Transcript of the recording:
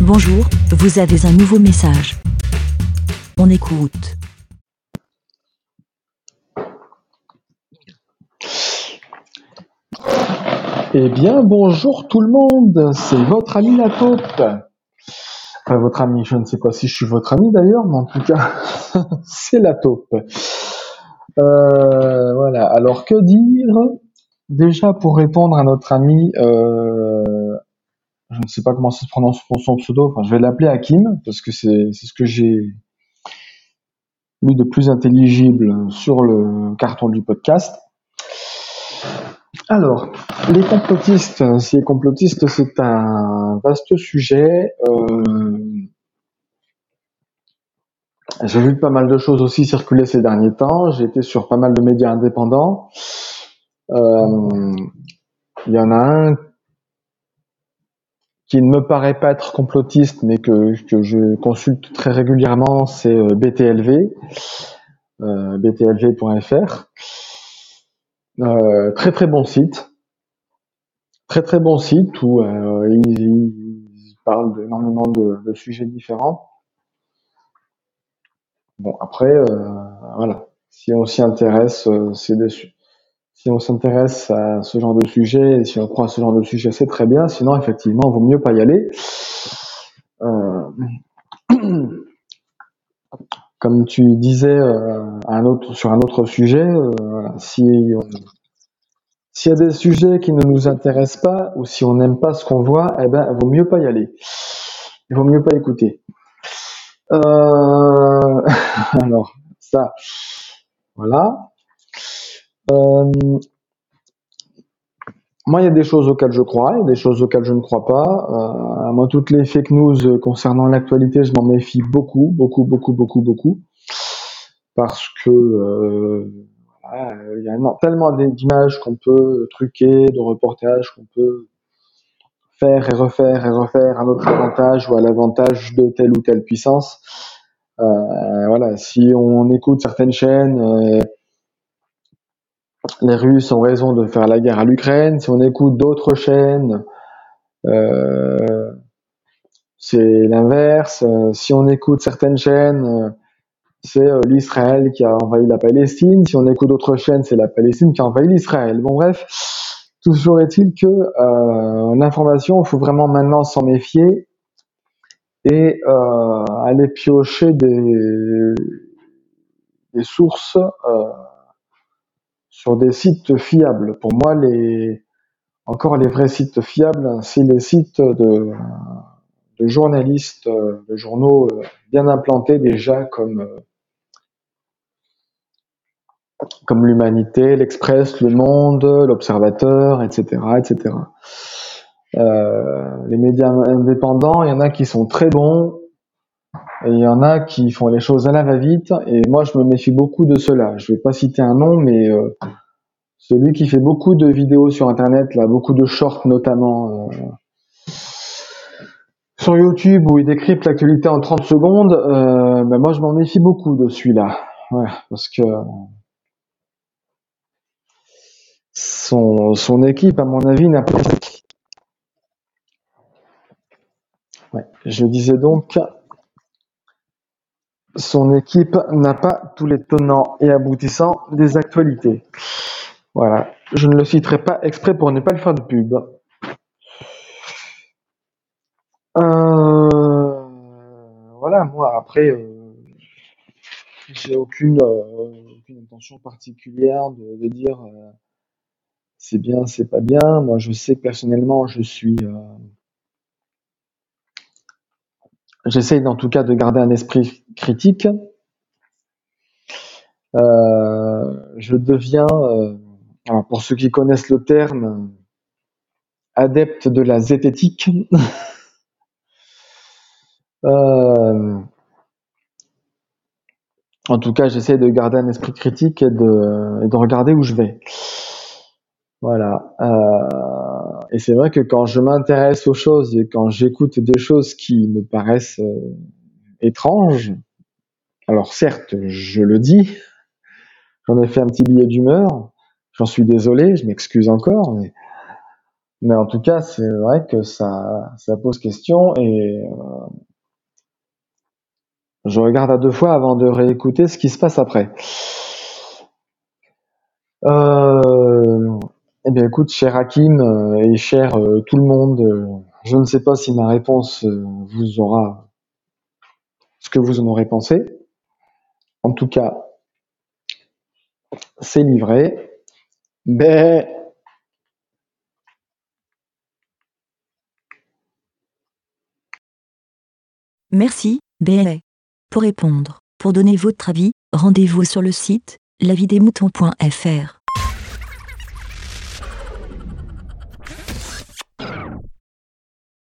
Bonjour, vous avez un nouveau message. On écoute. Eh bien, bonjour tout le monde, c'est votre ami la taupe. Enfin, votre ami, je ne sais pas si je suis votre ami d'ailleurs, mais en tout cas, c'est la taupe. Voilà, alors que dire? Déjà, pour répondre à notre ami, je ne sais pas comment ça se prononce pour son pseudo, enfin, je vais l'appeler Hakim, parce que c'est ce que j'ai lu de plus intelligible sur le carton du podcast. Alors, les complotistes, si les complotistes, c'est un vaste sujet. J'ai vu pas mal de choses aussi circuler ces derniers temps. J'ai été sur pas mal de médias indépendants. Il y en a un qui ne me paraît pas être complotiste, mais que je consulte très régulièrement, c'est BTLV, btlv.fr. Très très bon site. Très très bon site où ils parlent d'énormément de sujets différents. Bon, après, voilà. Si on s'y intéresse, si on s'intéresse à ce genre de sujet, et si on croit à ce genre de sujet, c'est très bien. Sinon, effectivement, il vaut mieux pas y aller. Comme tu disais sur un autre sujet, voilà, s'il y a des sujets qui ne nous intéressent pas ou si on n'aime pas ce qu'on voit, eh ben, il vaut mieux pas y aller. Il vaut mieux pas écouter. Alors, ça, voilà. Moi, il y a des choses auxquelles je crois, il y a des choses auxquelles je ne crois pas. Moi, toutes les fake news concernant l'actualité, je m'en méfie beaucoup, parce que voilà, il y a tellement d'images qu'on peut truquer, de reportages qu'on peut faire et refaire à notre avantage ou à l'avantage de telle ou telle puissance. Voilà, si on écoute certaines chaînes, les Russes ont raison de faire la guerre à l'Ukraine. Si on écoute d'autres chaînes, c'est l'inverse. Si on écoute certaines chaînes, c'est l'Israël qui a envahi la Palestine. Si on écoute d'autres chaînes, c'est la Palestine qui a envahi l'Israël. Bon, bref, toujours est-il que l'information, il faut vraiment maintenant s'en méfier et aller piocher des sources sur des sites fiables. Pour moi, les vrais sites fiables, c'est les sites de journalistes, de journaux bien implantés déjà comme l'Humanité, l'Express, Le Monde, l'Observateur, etc., etc. Les médias indépendants, il y en a qui sont très bons et il y en a qui font les choses à la va-vite. Et moi, je me méfie beaucoup de cela. Je vais pas citer un nom, mais celui qui fait beaucoup de vidéos sur Internet, là, beaucoup de shorts notamment sur YouTube où il décrypte l'actualité en 30 secondes, ben moi je m'en méfie beaucoup de celui-là. Ouais, parce que son équipe, à mon avis, n'a pas... Ouais, je disais donc, son équipe n'a pas tous les tenants et aboutissants des actualités. Voilà, je ne le citerai pas exprès pour ne pas lui faire de pub. Voilà, moi après, j'ai aucune intention particulière de dire c'est bien, c'est pas bien. Moi, je sais que personnellement, j'essaye en tout cas de garder un esprit critique. Je deviens, alors pour ceux qui connaissent le terme, adepte de la zététique. En tout cas, j'essaie de garder un esprit critique et de regarder où je vais. Voilà. Et c'est vrai que quand je m'intéresse aux choses et quand j'écoute des choses qui me paraissent étranges, alors certes, je le dis, j'en ai fait un petit billet d'humeur, j'en suis désolé, je m'excuse encore, mais Mais en tout cas, c'est vrai que ça pose question et je regarde à deux fois avant de réécouter ce qui se passe après. Eh bien, écoute, cher Hakim et cher tout le monde, je ne sais pas si ma réponse vous aura ce que vous en aurez pensé. En tout cas, c'est livré. Ben, Merci, BLA. Pour répondre, pour donner votre avis, rendez-vous sur le site lavidesmoutons.fr.